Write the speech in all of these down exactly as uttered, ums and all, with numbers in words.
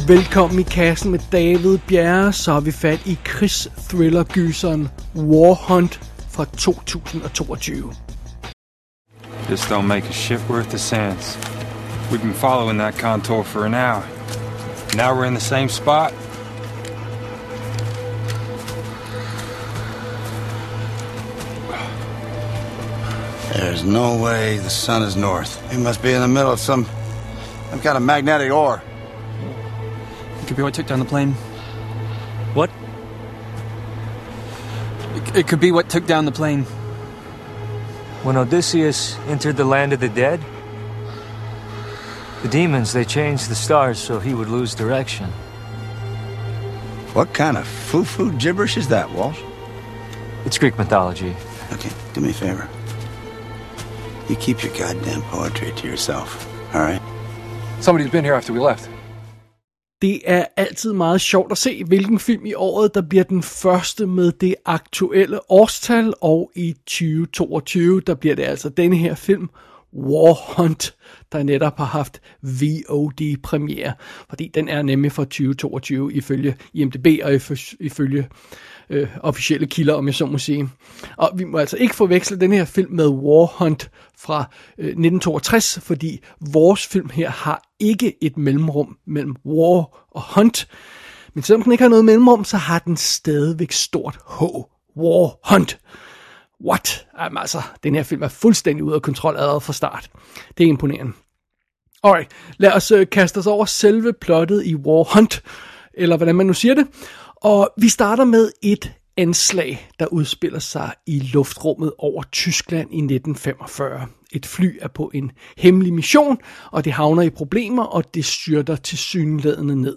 Velkommen i kassen med David Bjerre, så har vi fat i Chris-thriller-gyseren War Hunt fra to tusind og toogtyve. This don't make a shit worth the sands. We've been following that contour for an hour. Now we're in the same spot. There's no way the sun is north. It must be in the middle of some, some kind of magnetic ore. It could be what took down the plane. What? It, it could be what took down the plane. When Odysseus entered the land of the dead, the demons, they changed the stars so he would lose direction. What kind of foo-foo gibberish is that, Walsh? It's Greek mythology. Okay, do me a favor. You keep your goddamn poetry to yourself, all right? Somebody's been here after we left. Det er altid meget sjovt at se, hvilken film i året, der bliver den første med det aktuelle årstal, og i tyve toogtyve, der bliver det altså denne her film, War Hunt, der netop har haft V O D-premiere, fordi den er nemlig fra tyve toogtyve ifølge I M D B og ifølge øh, officielle kilder, om jeg så må sige. Og vi må altså ikke forveksle den her film med War Hunt fra øh, nitten toogtres, fordi vores film her har ikke et mellemrum mellem War og Hunt. Men selvom den ikke har noget mellemrum, så har den stadigvæk stort H. War Hunt. What? Jamen altså, den her film er fuldstændig ude af kontrol allerede fra start. Det er imponerende. Alright, lad os øh, kaste os over selve plottet i War Hunt, eller hvordan man nu siger det. Og vi starter med et anslag, der udspiller sig i luftrummet over Tyskland i nitten femogfyrre. Et fly er på en hemmelig mission, og det havner i problemer, og det styrter tilsyneladende ned.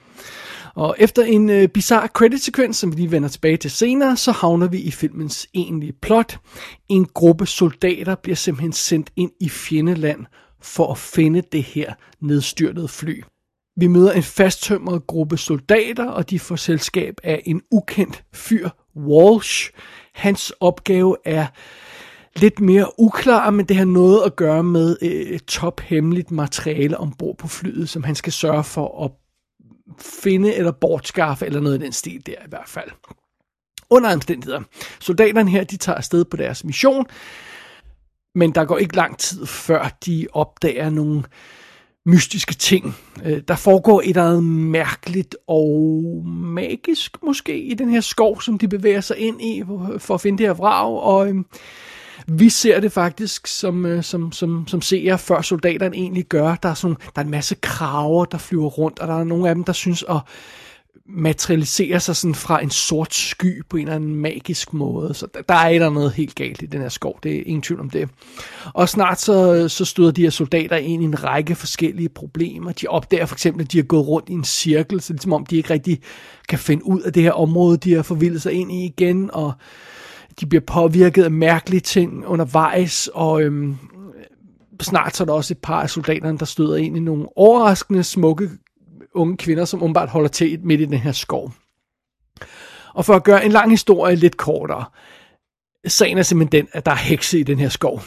Og efter en øh, bizarre credit-sekvens, som vi lige vender tilbage til senere, så havner vi i filmens egentlige plot. En gruppe soldater bliver simpelthen sendt ind i fjendeland for at finde det her nedstyrtede fly. Vi møder en fasttømret gruppe soldater, og de får selskab af en ukendt fyr, Walsh. Hans opgave er lidt mere uklar, men det har noget at gøre med øh, tophemmeligt materiale ombord på flyet, som han skal sørge for at finde eller bortskaffe, eller noget i den stil der i hvert fald. Under omstændigheder. Soldaterne her, de tager afsted på deres mission, men der går ikke lang tid, før de opdager nogle mystiske ting. Der foregår et eller andet mærkeligt og magisk måske i den her skov, som de bevæger sig ind i for at finde det her vrag, og øhm, vi ser det faktisk som, som, som, som seere, før soldaterne egentlig gør. Der er, sådan, der er en masse kraver, der flyver rundt, og der er nogle af dem, der synes at materialisere sig sådan fra en sort sky på en eller anden magisk måde. Så der, der er et eller andet helt galt i den her skov, det er ingen tvivl om det. Og snart så, så støder de her soldater ind i en række forskellige problemer. De opdager for eksempel, at de har gået rundt i en cirkel, så ligesom om de ikke rigtig kan finde ud af det her område, de har forvildet sig ind i igen, og de bliver påvirket af mærkelige ting undervejs, og øhm, snart så er der også et par af soldaterne, der støder ind i nogle overraskende smukke unge kvinder, som umiddelbart holder til midt i den her skov. Og for at gøre en lang historie lidt kortere, sagen er simpelthen den, at der er hekse i den her skov.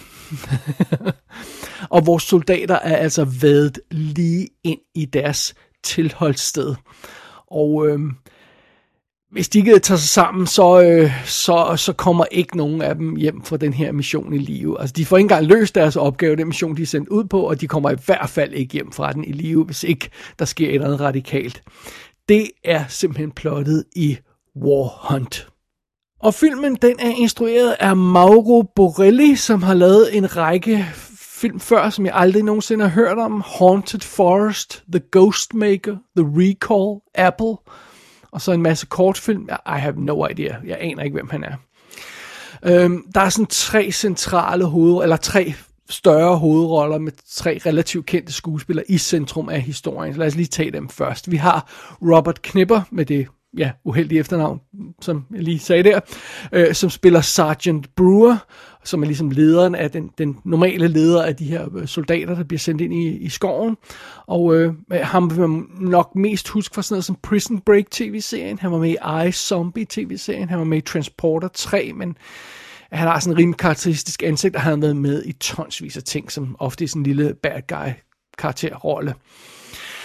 Og vores soldater er altså vadet lige ind i deres tilholdssted. Og øhm, hvis de ikke tager sig sammen, så, øh, så, så kommer ikke nogen af dem hjem fra den her mission i live. Altså, de får ikke engang løst deres opgave, den mission, de er sendt ud på, og de kommer i hvert fald ikke hjem fra den i live, hvis ikke der sker et eller andet radikalt. Det er simpelthen plottet i War Hunt. Og filmen, den er instrueret af Mauro Borelli, som har lavet en række film før, som jeg aldrig nogensinde har hørt om. Haunted Forest, The Ghostmaker, The Recall, Apple, og så en masse kortfilm. I have no idea. Jeg aner ikke, hvem han er. Øhm, der er sådan tre centrale hoved, eller tre større hovedroller med tre relativt kendte skuespillere i centrum af historien. Så lad os lige tage dem først. Vi har Robert Knipper med det ja, uheldige efternavn, som jeg lige sagde der, øh, som spiller Sergeant Brewer, som er ligesom lederen af den, den normale leder af de her soldater, der bliver sendt ind i, i skoven. Og øh, ham vil man nok mest huske fra sådan noget som Prison Break tv-serien. Han var med i iZombie tv-serien. Han var med i Transporter tre, men han har sådan en rimelig karakteristisk ansigt, og han har været med i tonsvis af ting, som ofte er sådan en lille bad guy karakterrolle.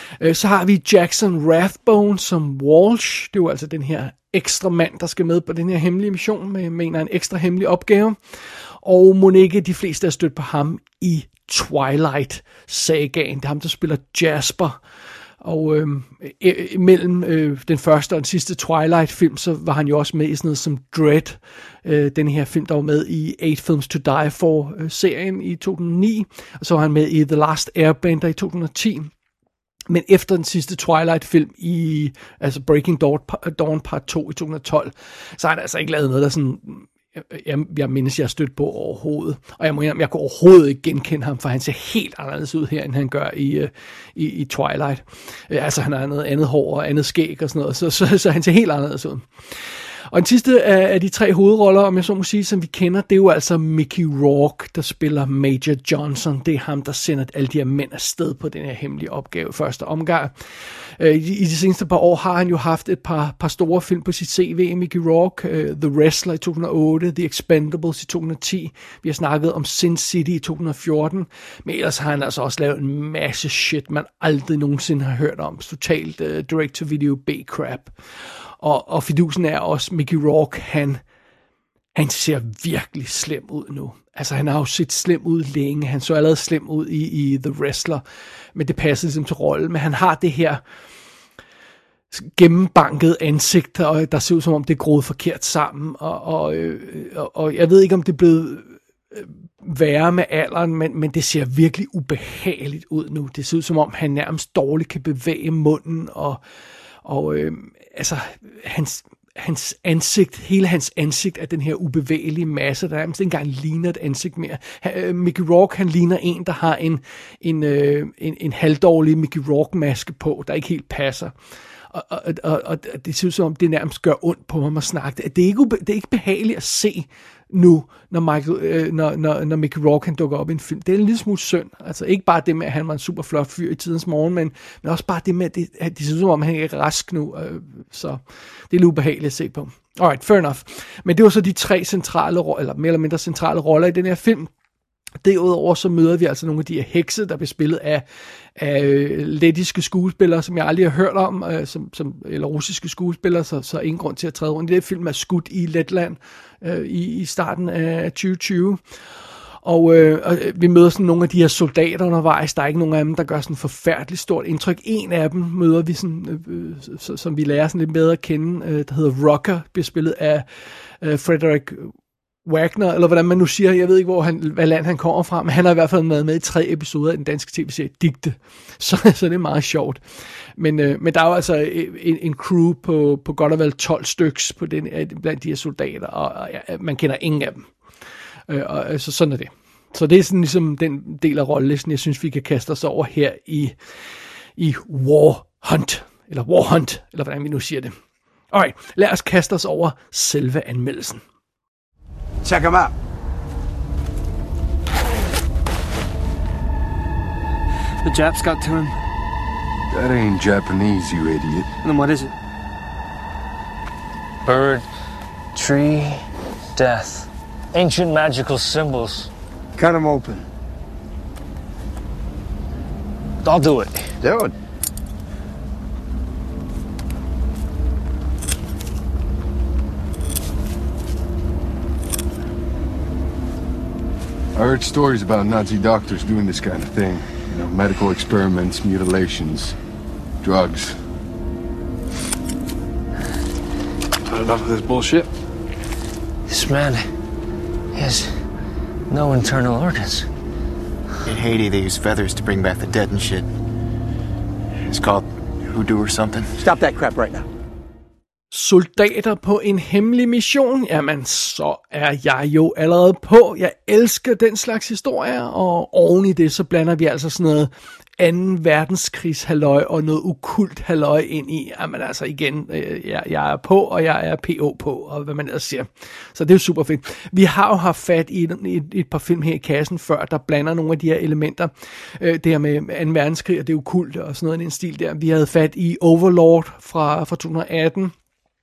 Øh, så har vi Jackson Rathbone som Walsh. Det er jo altså den her ekstra mand, der skal med på den her hemmelige mission, med, mener en ekstra hemmelig opgave. Og mon ikke de fleste er stødt på ham i Twilight-sagaen. Det er ham, der spiller Jasper. Og øh, mellem øh, den første og den sidste Twilight-film, så var han jo også med i sådan noget som Dread. Øh, den her film, der var med i Eight Films to Die For-serien i to tusind og ni. Og så var han med i The Last Airbender i to tusind og ti. Men efter den sidste Twilight-film i, altså Breaking Dawn Part to i to tusind og tolv, så har han altså ikke lavet noget, der sådan... Jeg, jeg mindes, jeg har stødt på overhovedet. Og jeg må indrømme, jeg kunne overhovedet ikke genkende ham, for han ser helt anderledes ud her, end han gør i, i, i Twilight. Altså, han har noget andet hår og andet skæg og sådan noget, så, så, så han ser helt anderledes ud. Og den sidste af, af de tre hovedroller, om jeg så må sige, som vi kender, det er jo altså Mickey Rourke, der spiller Major Johnson. Det er ham, der sender alle de her mænd afsted på den her hemmelige opgave første omgang. I, I de seneste par år har han jo haft et par, par store film på sit C V, Mickey Rourke. Uh, The Wrestler i to tusind og otte, The Expendables i to tusind og ti. Vi har snakket om Sin City i to tusind og fjorten. Men ellers har han altså også lavet en masse shit, man aldrig nogensinde har hørt om. Totalt uh, direct-to-video B-crap. Og, og fidusen er også, Mickey Rourke, han, han ser virkelig slem ud nu. Altså, han har jo set slem ud længe. Han så allerede slem ud i, i The Wrestler, men det passer ligesom til rollen. Men han har det her gennembanket ansigt, og der ser ud som om det er groet forkert sammen. Og, og, og, og jeg ved ikke, om det er blevet værre med alderen, men, men det ser virkelig ubehageligt ud nu. Det ser ud som om, han nærmest dårligt kan bevæge munden, og Og øh, altså, hans, hans ansigt, hele hans ansigt er den her ubevægelige masse, der nærmest ikke engang ligner et ansigt mere. Han, Mickey Rourke, han ligner en, der har en, en, øh, en, en halvdårlig Mickey Rourke-maske på, der ikke helt passer. Og, og, og, og det ser ud som om, det nærmest gør ondt på ham at snakke. Det er ikke, det er ikke behageligt at se nu, når, Michael, øh, når, når, når Mickey Rourke kan dukke op i en film. Det er en lille smule synd. Altså ikke bare det med, at han var en super flot fyr i tidens morgen, men, men også bare det med, at det, at det ser ud som om, han ikke er rask nu. Øh, så det er lidt ubehageligt at se på. Alright, fair enough. Men det var så de tre centrale, eller mere eller mindre centrale roller i den her film. Derudover så møder vi altså nogle af de her hekse, der bliver spillet af, af lettiske skuespillere, som jeg aldrig har hørt om, øh, som, som, eller russiske skuespillere, så, så ingen grund til at træde rundt. Det film er skudt i Letland øh, i, i starten af tyve tyve. Og, øh, og vi møder sådan nogle af de her soldater undervejs. Der er ikke nogen af dem, der gør sådan forfærdeligt stort indtryk. En af dem møder vi sådan, øh, så, som vi lærer sådan lidt bedre at kende, øh, der hedder Rocker, bliver spillet af øh, Frederick Wagner, eller hvordan man nu siger, jeg ved ikke, hvor han, hvad land han kommer fra, men han har i hvert fald været med i tre episoder af den danske tv-serie Digte, så, så det er meget sjovt. Men, øh, men der er jo altså en, en crew på, på godt og vel tolv styks på den, blandt de her soldater, og, og ja, man kender ingen af dem. Øh, og, så sådan er det. Så det er sådan ligesom den del af rollelisten, jeg synes, vi kan kaste os over her i, i War Hunt, eller War Hunt, eller hvordan vi nu siger det. Alright, lad os kaste os over selve anmeldelsen. Check him out. The Japs got to him. That ain't Japanese, you idiot. Then what is it? Bird, tree, death. Ancient magical symbols. Cut him open. I'll do it. Do it. I heard stories about Nazi doctors doing this kind of thing. You know, medical experiments, mutilations, drugs. Not enough of this bullshit. This man, he has no internal organs. In Haiti, they use feathers to bring back the dead and shit. It's called hoodoo or something. Stop that crap right now. Soldater på en hemmelig mission, jamen så er jeg jo allerede på. Jeg elsker den slags historier, og oven i det, så blander vi altså sådan noget anden verdenskrigs-halløj og noget okkult halløj ind i. Jamen altså igen, jeg, jeg er på, og jeg er P O på, og hvad man ellers siger. Så det er jo super fedt. Vi har jo haft fat i et, et, et par film her i kassen før, der blander nogle af de her elementer. Det her med anden verdenskrig, og det er okkult og sådan noget i den stil der. Vi havde fat i Overlord fra, fra to tusind og atten.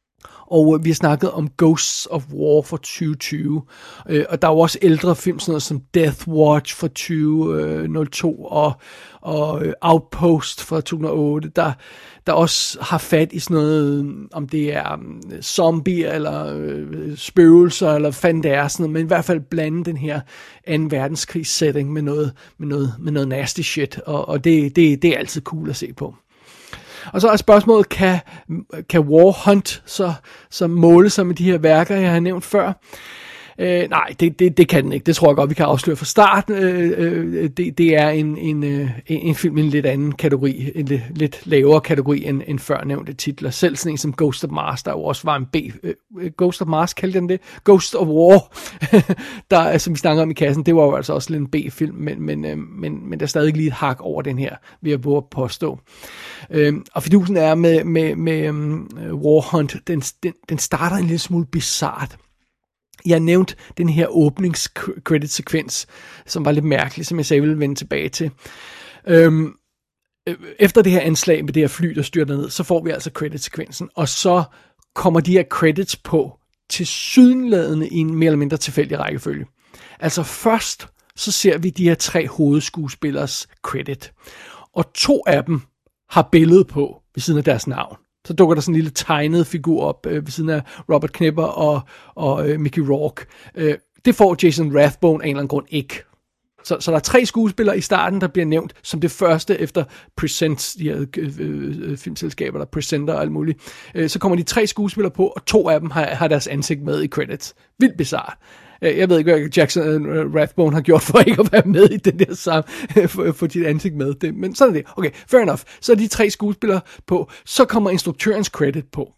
og vi har snakket om Ghosts of War fra tyve tyve, øh, og der er jo også ældre film, sådan noget som Death Watch fra tyve nul to og, og Outpost fra to tusind og otte, der, der også har fat i sådan noget, om det er um, zombier eller øh, spøgelser, eller fanden det er sådan noget, men i hvert fald blande den her anden verdenskrigs setting med noget, med noget, med noget nasty shit, og, og det, det, det er altid cool at se på. Og så er spørgsmålet, kan, kan War Hunt så, så måle sig med de her værker, jeg har nævnt før? Øh, nej, det, det, det kan den ikke. Det tror jeg godt, vi kan afsløre fra start. Øh, øh, det, det er en, en, en, en film i en lidt anden kategori, en lidt, lidt lavere kategori end, end før nævnte titler. Selv sådan en som Ghost of Mars, der jo også var en B. Øh, Ghost of Mars, kaldte den det? Ghost of War, der, som vi snakker om i kassen, det var jo altså også lidt en B-film, men, men, øh, men, men der er stadig lige et hak over den her, vil jeg våge at påstå. Øh, og fidusen er med, med, med um, War Hunt, den, den, den starter en lille smule bizart. Jeg nævnte den her åbnings-credit-sekvens, som var lidt mærkelig, som jeg sagde, jeg ville vende tilbage til. Øhm, efter det her anslag med det her fly, der styrter ned, så får vi altså credit-sekvensen, og så kommer de her credits på tilsyneladende i en mere eller mindre tilfældig rækkefølge. Altså først, så ser vi de her tre hovedskuespillers credit, og to af dem har billede på ved siden af deres navn. Så dukker der sådan en lille tegnet figur op øh, ved siden af Robert Knipper og, og øh, Mickey Rourke. Øh, det får Jason Rathbone af en eller anden grund ikke. Så, så der er tre skuespillere i starten, der bliver nævnt som det første efter Presents, de her øh, øh, filmselskaber, der presenter og alt muligt. Øh, så kommer de tre skuespillere på, og to af dem har, har deres ansigt med i credits. Vildt bizarrt. Jeg ved ikke, hvad Jackson uh, Rathbone har gjort for ikke at være med i den der sammen, for, for dit ansigt med. Det, men sådan er det. Okay, fair enough. Så er de tre skuespillere på. Så kommer instruktørens credit på.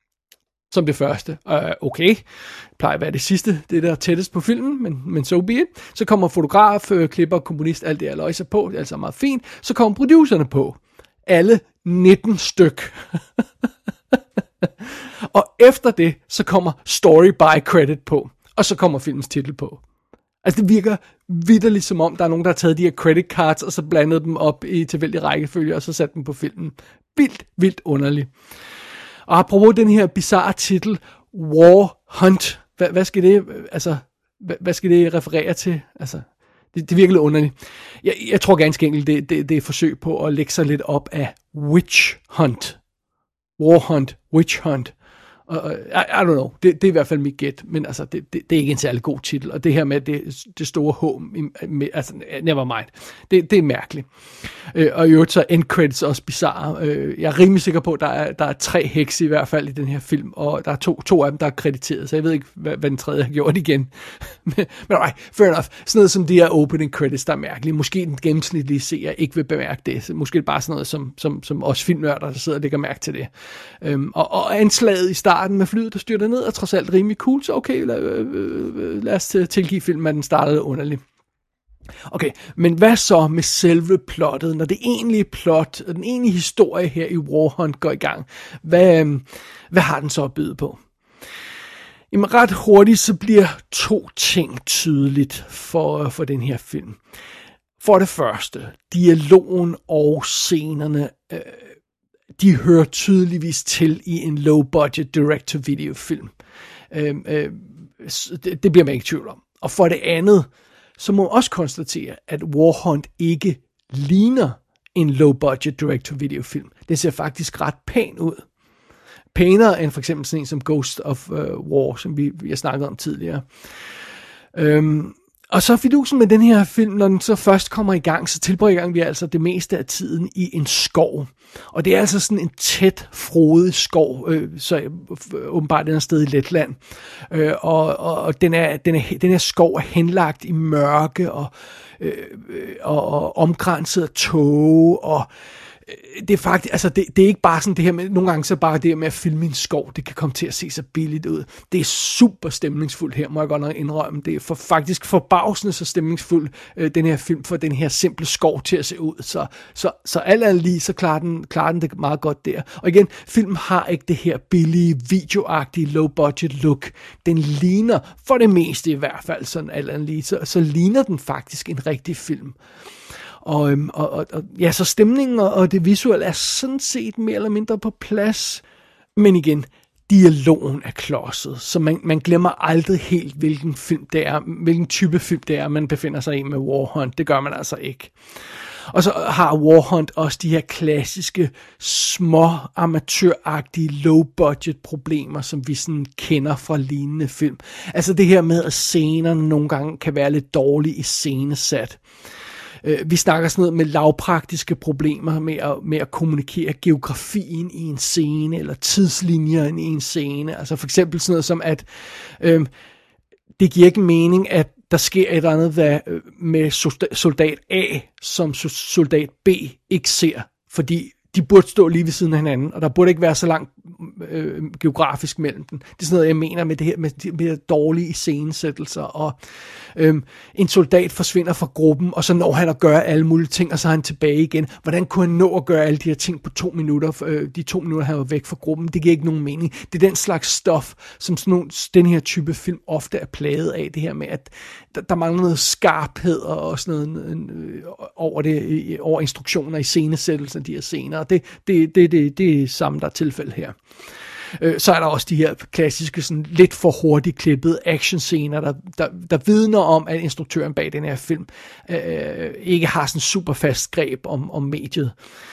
Som det første. Uh, okay. Plejer at være det sidste. Det der er tættest på filmen, men, men so be it. Så kommer fotograf, klipper, komponist, alt det er løjser på. Det er altså meget fint. Så kommer producerne på. Alle nitten styk. Og efter det, så kommer story by credit på. Og så kommer filmens titel på. Altså det virker vitterligt som om, der er nogen, der har taget de her credit cards, og så blandet dem op i tilfældig rækkefølge, og så sat dem på filmen. Vildt, vildt underligt. Og apropos den her bizarre titel, War Hunt, hvad, hvad skal det, altså, hvad, hvad skal det referere til? Altså, det, det virker lidt underligt. Jeg, jeg tror ganske enkelt, det, det, det er et forsøg på at lægge sig lidt op af Witch Hunt. War Hunt, Witch Hunt. Uh, I, I don't know, det, det er i hvert fald mit gæt, men altså, det, det, det er ikke en særlig god titel, og det her med det, det store H, med, altså, never mind, det, det er mærkeligt. Uh, og i øvrigt så end credits også bizarre. Uh, jeg er rimelig sikker på, at der er, der er tre hekse i hvert fald i den her film, og der er to, to af dem, der er krediteret, så jeg ved ikke, hvad, hvad den tredje har gjort igen. men men right, fair enough. Sådan noget som de her opening credits, der er mærkelige. Måske den gennemsnitlige seer ikke vil bemærke det. Måske er det bare sådan noget, som, som, som os filmnørder, der sidder og lægger mærke til det. Um, og, og anslaget i starten med flyet, der styrter ned, er trods alt rimelig cool, så okay, lad, øh, lad os tilgive filmen, at den startede underligt. Okay, men hvad så med selve plottet, når det egentlige plot, og den egentlige historie her i War Hunt går i gang? Hvad, øh, hvad har den så at byde på? Jamen ret hurtigt, så bliver to ting tydeligt for, for den her film. For det første, dialogen og scenerne, øh, de hører tydeligvis til i en low-budget direct-to-video-film. Øh, øh, det, det bliver man ikke i tvivl om. Og for det andet, så må man også konstatere, at War Hunt ikke ligner en low-budget direct-to-video-film. Det ser faktisk ret pæn ud. Pænere end for eksempel sådan en som Ghost of uh, War, som vi, vi har snakket om tidligere. Øhm, og så fidusen med den her film, når den så først kommer i gang, så tilbringer vi altså det meste af tiden i en skov. Og det er altså sådan en tæt, frodig skov, øh, så øh, åbenbart den er sted i Letland. Øh, og og den, er, den, er, den her skov er henlagt i mørke og, øh, og, og omkranset af tåge og det er faktisk, altså det, det er ikke bare sådan det her med, nogle gange så bare det her med at filme en skov, det kan komme til at se så billigt ud. Det er super stemningsfuldt her, må jeg godt nok indrømme. Det er for, faktisk forbavsende så stemningsfuldt, øh, den her film, for den her simple skov til at se ud. Så, så, så alt andet lige, så klarer den, klarer den det meget godt der. Og igen, filmen har ikke det her billige, videoagtige, low budget look. Den ligner, for det meste i hvert fald, sådan alt andet lige, så, så ligner den faktisk en rigtig film. Og, og, og, og ja, så stemningen og, og det visuelle er sådan set mere eller mindre på plads. Men igen, dialogen er klodset, så man, man glemmer aldrig helt, hvilken film det er, hvilken type film det er, man befinder sig i med War Hunt. Det gør man altså ikke. Og så har War Hunt også de her klassiske, små, amatøragtige, low-budget problemer, som vi sådan kender fra lignende film. Altså det her med, at scenerne nogle gange kan være lidt dårligt iscenesat. Vi snakker sådan noget med lavpraktiske problemer med at, med at kommunikere geografien i en scene, eller tidslinjerne i en scene. Altså for eksempel sådan noget som, at øhm, det giver ikke mening, at der sker et eller andet hvad, med soldat A, som soldat B ikke ser, fordi de burde stå lige ved siden af hinanden, og der burde ikke være så langt øh, geografisk mellem dem. Det er sådan noget, jeg mener med det her med, med dårlige iscenesættelser, og øh, en soldat forsvinder fra gruppen, og så når han at gøre alle mulige ting, og så er han tilbage igen. Hvordan kunne han nå at gøre alle de her ting på to minutter, øh, de to minutter, han var væk fra gruppen? Det giver ikke nogen mening. Det er den slags stof, som sådan nogle, den her type film ofte er plaget af, det her med, at der, der mangler noget skarphed, og sådan noget øh, over, det, over instruktioner i scenesættelsen af de her scener. Det, det, det, det, det er samme, der er tilfælde her. Øh, så er der også de her klassiske, sådan lidt for hurtigt klippede actionscener, der, der, der vidner om, at instruktøren bag den her film øh, ikke har sådan super fast greb om, om mediet.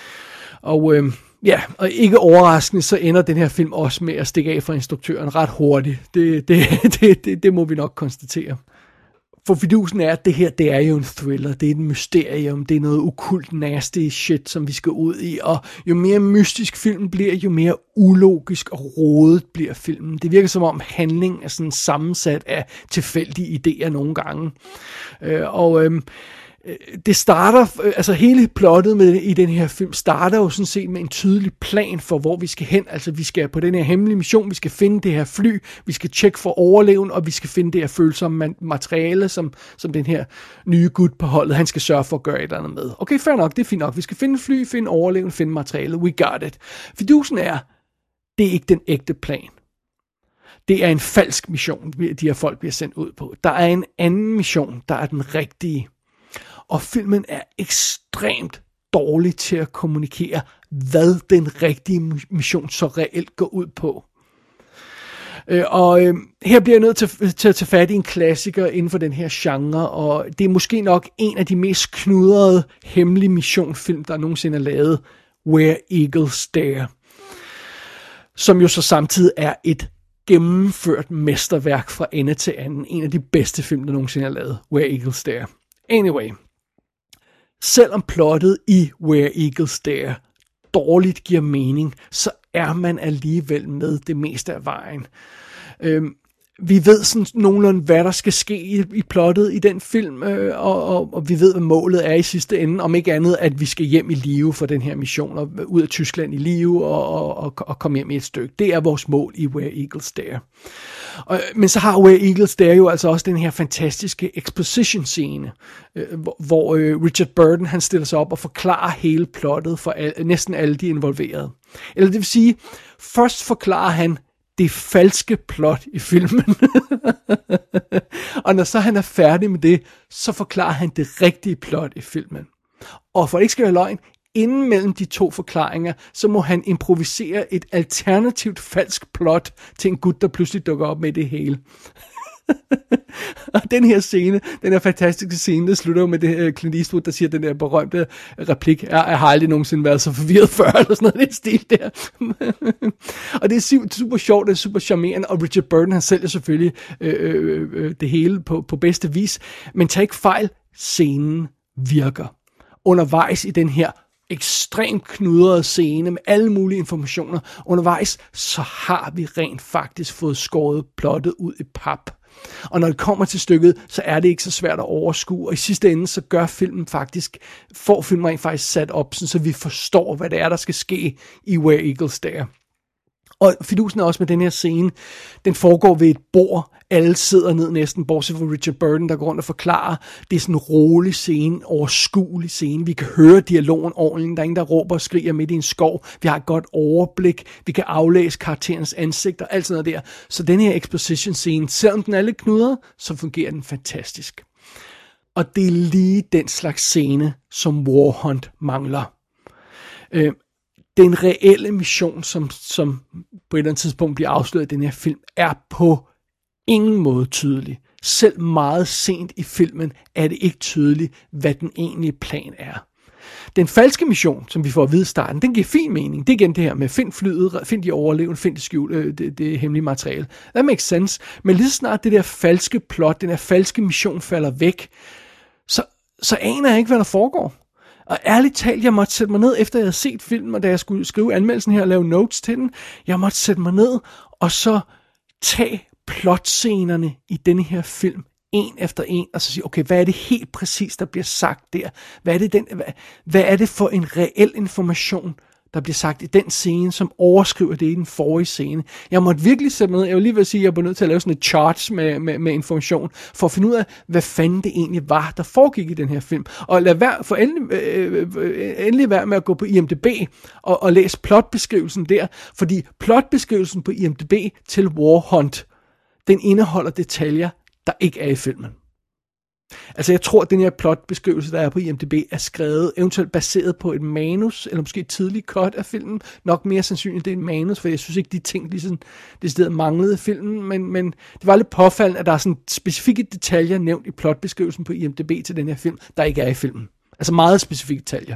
Og øh, ja, og ikke overraskende, så ender den her film også med at stikke af fra instruktøren ret hurtigt. Det, det, det, det, det må vi nok konstatere. For fidusen er, at det her, det er jo en thriller, det er et mysterium, det er noget okkult nasty shit, som vi skal ud i, og jo mere mystisk filmen bliver, jo mere ulogisk og rodet bliver filmen. Det virker som om handling er sådan sammensat af tilfældige idéer nogle gange. Øh, og øh, det starter, altså hele plottet med, i den her film starter jo sådan set med en tydelig plan for, hvor vi skal hen. Altså vi skal på den her hemmelige mission, vi skal finde det her fly, vi skal tjekke for overleven, og vi skal finde det her følsomme materiale, som, som den her nye gut på holdet, han skal sørge for at gøre et eller andet med. Okay, fair nok, det er fint nok. Vi skal finde fly, finde overleven, finde materiale. We got it. Fidusen er, det er ikke den ægte plan. Det er en falsk mission, de her folk bliver sendt ud på. Der er en anden mission, der er den rigtige. Og filmen er ekstremt dårlig til at kommunikere, hvad den rigtige mission så reelt går ud på. Øh, og øh, her bliver jeg nødt til, til at tage fat i en klassiker inden for den her genre, og det er måske nok en af de mest knudrede hemmelige missionfilm, der nogensinde er lavet, Where Eagles Dare. Som jo så samtidig er et gennemført mesterværk fra ende til anden. En af de bedste film, der nogensinde er lavet, Where Eagles Dare. Anyway. Selvom plottet i Where Eagles Dare dårligt giver mening, så er man alligevel med det meste af vejen. Øhm, vi ved sådan nogenlunde, hvad der skal ske i, i plottet i den film, øh, og, og, og vi ved, hvad målet er i sidste ende, om ikke andet, at vi skal hjem i live for den her mission, og ud af Tyskland i live, og, og, og, og komme hjem i et stykke. Det er vores mål i Where Eagles Dare. Og, men så har Where Eagles Dare jo altså også den her fantastiske exposition-scene, øh, hvor, hvor øh, Richard Burton, han stiller sig op og forklarer hele plottet for al, næsten alle de involverede. Eller det vil sige, først forklarer han det falske plot i filmen. Og når så han er færdig med det, så forklarer han det rigtige plot i filmen. Og for at det ikke skal være løgn, inden mellem de to forklaringer, så må han improvisere et alternativt falsk plot til en gut, der pludselig dukker op med det hele. Og den her scene, den her fantastiske scene, der slutter med det uh, Clint Eastwood, der siger den der berømte replik, jeg, jeg har aldrig nogensinde været så forvirret før, eller sådan noget, det stil der. Og det er super sjovt, det er super charmerende, og Richard Burton, han sælger selvfølgelig øh, øh, det hele på, på bedste vis, men tag ikke fejl, scenen virker. Undervejs i den her ekstremt knudrede scene med alle mulige informationer undervejs, så har vi rent faktisk fået skåret plottet ud i pap. Og når det kommer til stykket, så er det ikke så svært at overskue, og i sidste ende, så gør filmen faktisk, får filmen rent faktisk sat op, så vi forstår, hvad det er, der skal ske i Where Eagles Dare. Og fidusen er også med den her scene, den foregår ved et bord, alle sidder ned næsten, bortset fra Richard Burton, der går rundt og forklarer. Det er sådan en rolig scene, overskuelig scene. Vi kan høre dialogen ordentligt, der er ingen, der råber og skriger midt i en skov. Vi har et godt overblik, vi kan aflæse karakterens ansigt og alt sådan noget der. Så den her exposition scene, selvom den er lidt knudret, så fungerer den fantastisk. Og det er lige den slags scene, som War Hunt mangler. Øh, den reelle mission, som, som på et eller andet tidspunkt bliver afsløret i den her film, er på ingen måde tydelig. Selv meget sent i filmen er det ikke tydeligt, hvad den egentlige plan er. Den falske mission, som vi får at vide i starten, den giver fin mening. Det er igen det her med, find flyet, find de overlevende, find det skjul, øh, det, det hemmelige materiale. That makes sense. Men lige snart det der falske plot, den der falske mission falder væk, så, så aner jeg ikke, hvad der foregår. Og ærligt talt, jeg måtte sætte mig ned, efter jeg havde set filmen, og da jeg skulle skrive anmeldelsen her og lave notes til den, jeg måtte sætte mig ned, og så tage plotscenerne i denne her film, en efter en, og så sige, okay, hvad er det helt præcis, der bliver sagt der? Hvad er det, den, hvad, hvad er det for en reel information, der bliver sagt i den scene, som overskriver det i den forrige scene? Jeg måtte virkelig sætte mig ned, jeg vil lige vil sige, at jeg var nødt til at lave sådan et chart med, med, med information, for at finde ud af, hvad fanden det egentlig var, der foregik i den her film. Og lad være, for endelig, øh, øh, endelig være med at gå på I M D B og, og læse plotbeskrivelsen der, fordi plotbeskrivelsen på I M D B til War Hunt, den indeholder detaljer, der ikke er i filmen. Altså jeg tror, at den her plotbeskrivelse, der er på I M D B, er skrevet eventuelt baseret på et manus, eller måske et tidligt cut af filmen. Nok mere sandsynligt, det er et manus, for jeg synes ikke, de ting ligesom det sted manglede i filmen, men, men det var lidt påfaldende, at der er sådan specifikke detaljer nævnt i plotbeskrivelsen på I M D B til den her film, der ikke er i filmen. Altså meget specifikke detaljer.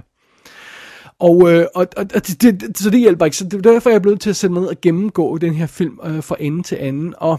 Og, øh, og, og det, det, så det hjælper ikke. Så det er derfor, jeg er blevet til at sætte mig ned og gennemgå den her film øh, fra ende til anden. Og,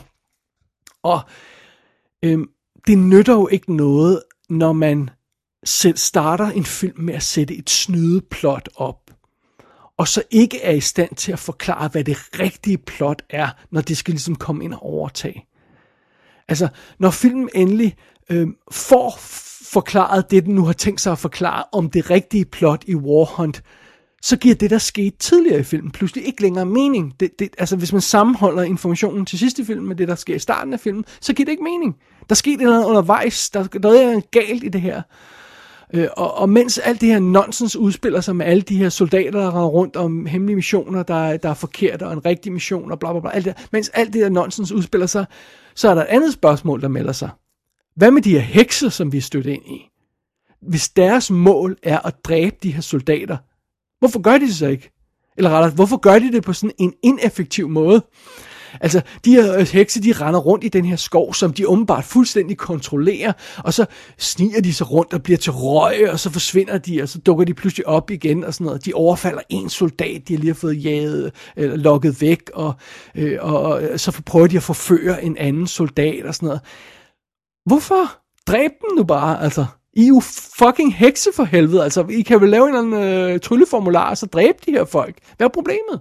og øh, det nytter jo ikke noget, når man selv starter en film med at sætte et snydeplot op, og så ikke er i stand til at forklare, hvad det rigtige plot er, når det skal ligesom komme ind og overtage. Altså, når filmen endelig øh, får forklaret det, den nu har tænkt sig at forklare om det rigtige plot i War Hunt, så giver det, der skete tidligere i filmen, pludselig ikke længere mening. Det, det, altså, hvis man sammenholder informationen til sidste film med det, der sker i starten af filmen, så giver det ikke mening. Der skete noget undervejs, der, der er noget galt i det her. Øh, og, og mens alt det her nonsens udspiller sig med alle de her soldater, der render rundt om hemmelige missioner, der, der er forkerte, og en rigtig mission, og bla bla bla, alt det, mens alt det her nonsens udspiller sig, så er der et andet spørgsmål, der melder sig. Hvad med de her hekse, som vi er stødt ind i? Hvis deres mål er at dræbe de her soldater, hvorfor gør de det så ikke? Eller rettere, hvorfor gør de det på sådan en ineffektiv måde? Altså, de her hekse, de render rundt i den her skov, som de åbenbart fuldstændig kontrollerer, og så sniger de sig rundt og bliver til røg, og så forsvinder de, og så dukker de pludselig op igen, og sådan noget. De overfalder en soldat, de har lige fået jaget, eller lokket væk, og, øh, og, og så prøver de at forføre en anden soldat, og sådan noget. Hvorfor? Dræb dem nu bare, altså. I er jo fucking hekse for helvede, altså. I kan vel lave en eller anden øh, trylleformular, og så dræbe de her folk. Hvad er problemet?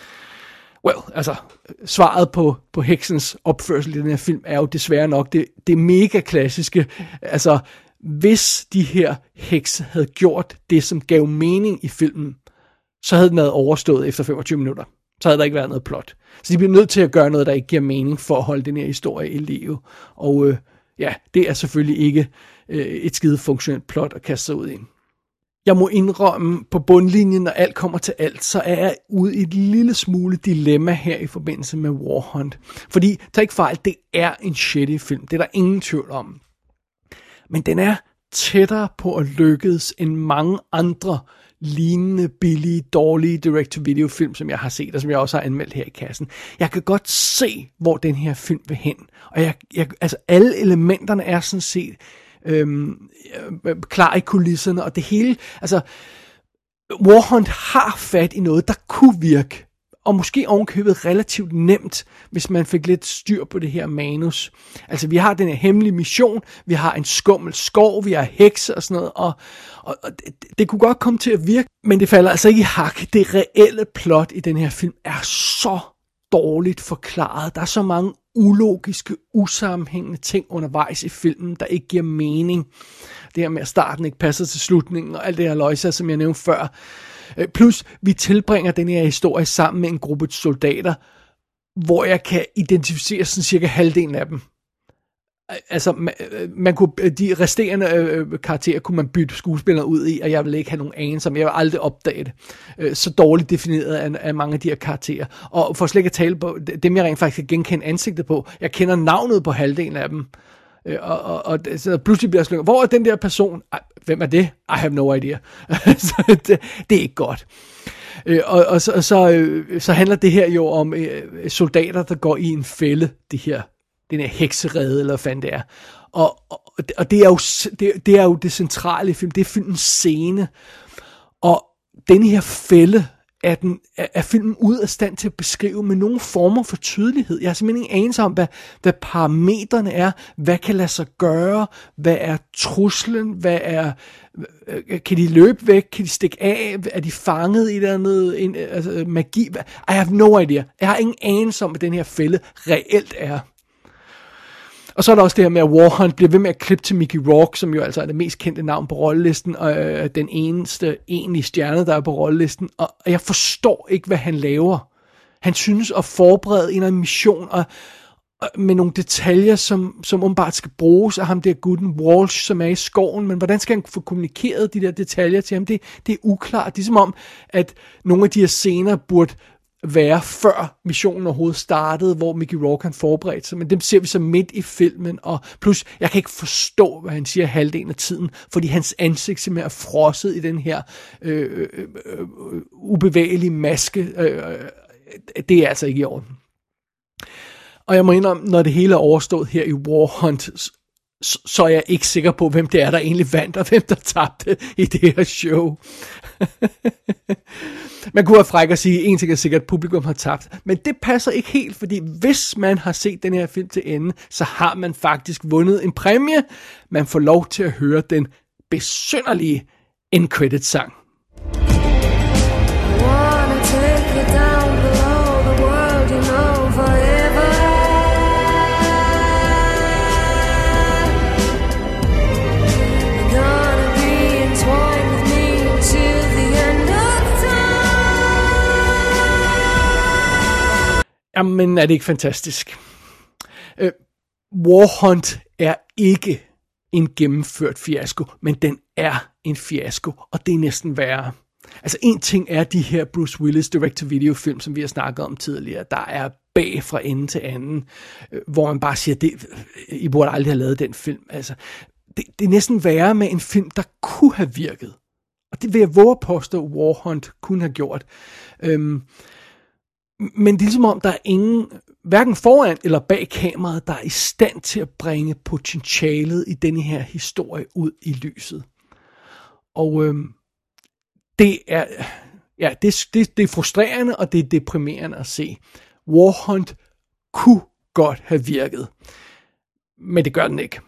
Well, altså, svaret på, på heksens opførsel i den her film er jo desværre nok det, det mega klassiske. Altså, hvis de her hekse havde gjort det, som gav mening i filmen, så havde den været overstået efter femogtyve minutter. Så havde der ikke været noget plot. Så de bliver nødt til at gøre noget, der ikke giver mening for at holde den her historie i live. Og øh, ja, det er selvfølgelig ikke øh, et skide funktionelt plot at kaste sig ud i. Jeg må indrømme, på bundlinjen, når alt kommer til alt, så er jeg ude i et lille smule dilemma her i forbindelse med War Hunt. Fordi, tag ikke fejl, det er en shitty film. Det er der ingen tvivl om. Men den er tættere på at lykkes end mange andre lignende, billige, dårlige direct-to-video film, som jeg har set, og som jeg også har anmeldt her i kassen. Jeg kan godt se, hvor den her film vil hen. Og jeg, jeg, altså, alle elementerne er sådan set Øhm, klar i kulisserne, og det hele, altså War Hunt har fat i noget, der kunne virke, og måske ovenkøbet relativt nemt, hvis man fik lidt styr på det her manus. Altså vi har den her hemmelige mission, vi har en skummel skov, vi har hekse og sådan noget, og, og, og det, det kunne godt komme til at virke, men det falder altså ikke i hak. Det reelle plot i den her film er så dårligt forklaret. Der er så mange ulogiske, usammenhængende ting undervejs i filmen, der ikke giver mening. Det her med, at starten ikke passer til slutningen, og alt det her løjser, som jeg nævnte før. Plus, vi tilbringer den her historie sammen med en gruppe soldater, hvor jeg kan identificere sådan cirka halvdelen af dem. Altså, man, man kunne, de resterende øh, karakterer kunne man bytte skuespillere ud i, og jeg ville ikke have nogen anelse om, jeg vil aldrig opdage det. Øh, så dårligt defineret af, af mange af de her karakterer. Og for slet ikke at tale på dem, jeg rent faktisk kan genkende ansigtet på, jeg kender navnet på halvdelen af dem. Øh, og, og, og så pludselig bliver jeg slået, hvor er den der person? Ej, hvem er det? I have no idea. Så det, det er ikke godt. Øh, og og, så, og så, øh, så handler det her jo om øh, soldater, der går i en fælde, det her, den her hekserede, eller hvad fanden det er. Og, og, og det, er jo, det, det er jo det centrale i film, det er filmens scene. Og denne her fælde er, den, er, er filmen ude af stand til at beskrive med nogle former for tydelighed. Jeg har simpelthen ingen anelse om, hvad, hvad parametrene er, hvad kan lade sig gøre, hvad er truslen, hvad er, kan de løbe væk, kan de stikke af, er de fanget i et eller andet en, altså, magi? I have no idea. Jeg har ingen anelse om, hvad den her fælde reelt er. Og så er der også det her med, at War Hunt bliver ved med at klippe til Mickey Rourke, som jo altså er det mest kendte navn på rollelisten, og øh, den eneste egentlige stjerne, der er på rollelisten. Og jeg forstår ikke, hvad han laver. Han synes at forberede en eller anden mission, og, og med nogle detaljer, som, som umiddelbart skal bruges af ham der gutten Walsh, som er i skoven. Men hvordan skal han få kommunikeret de der detaljer til ham? Det, det er uklart. Det er som om, at nogle af de her scener burde være før missionen overhovedet startede, hvor Mickey Rourke han forberedte sig, men dem ser vi så midt i filmen, og plus, jeg kan ikke forstå, hvad han siger halvdelen af tiden, fordi hans ansigt simpelthen er frosset i den her øh, øh, øh, ubevægelige maske. Øh, det er altså ikke i orden. Og jeg må indrømme, når det hele er overstået her i War Hunt, så er jeg ikke sikker på, hvem det er, der egentlig vandt, og hvem der tabte i det her show. Man kunne være fræk at sige, en ting er sikkert, at publikum har tabt. Men det passer ikke helt, fordi hvis man har set den her film til ende, så har man faktisk vundet en præmie. Man får lov til at høre den besynderlige end-credit-sang. Jamen, er det ikke fantastisk? Uh, War Hunt er ikke en gennemført fiasko, men den er en fiasko, og det er næsten værre. Altså, en ting er de her Bruce Willis direct-to-video-film, som vi har snakket om tidligere, der er bag fra ende til anden, uh, hvor man bare siger, det, I burde aldrig have lavet den film. Altså, det, det er næsten værre med en film, der kunne have virket. Og det vil jeg våge at påstå, War Hunt kunne have gjort. Um, Men det er ligesom om, der er ingen, hverken foran eller bag kameraet, der er i stand til at bringe potentialet i denne her historie ud i lyset. Og øhm, det er ja, det, det, det er frustrerende, og det er deprimerende at se. War Hunt kunne godt have virket, men det gør den ikke.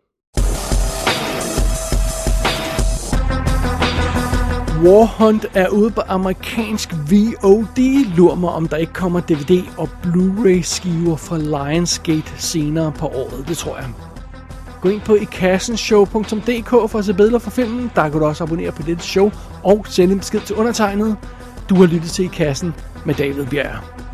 War Hunt er ude på amerikansk V O D. Lur mig, om der ikke kommer D V D og Blu-ray skiver fra Lionsgate senere på året. Det tror jeg. Gå ind på i kassen show punktum d k for at se billeder fra filmen. Der kan du også abonnere på dette show og sende en besked til undertegnet. Du har lyttet til I Kassen med David Bjerg.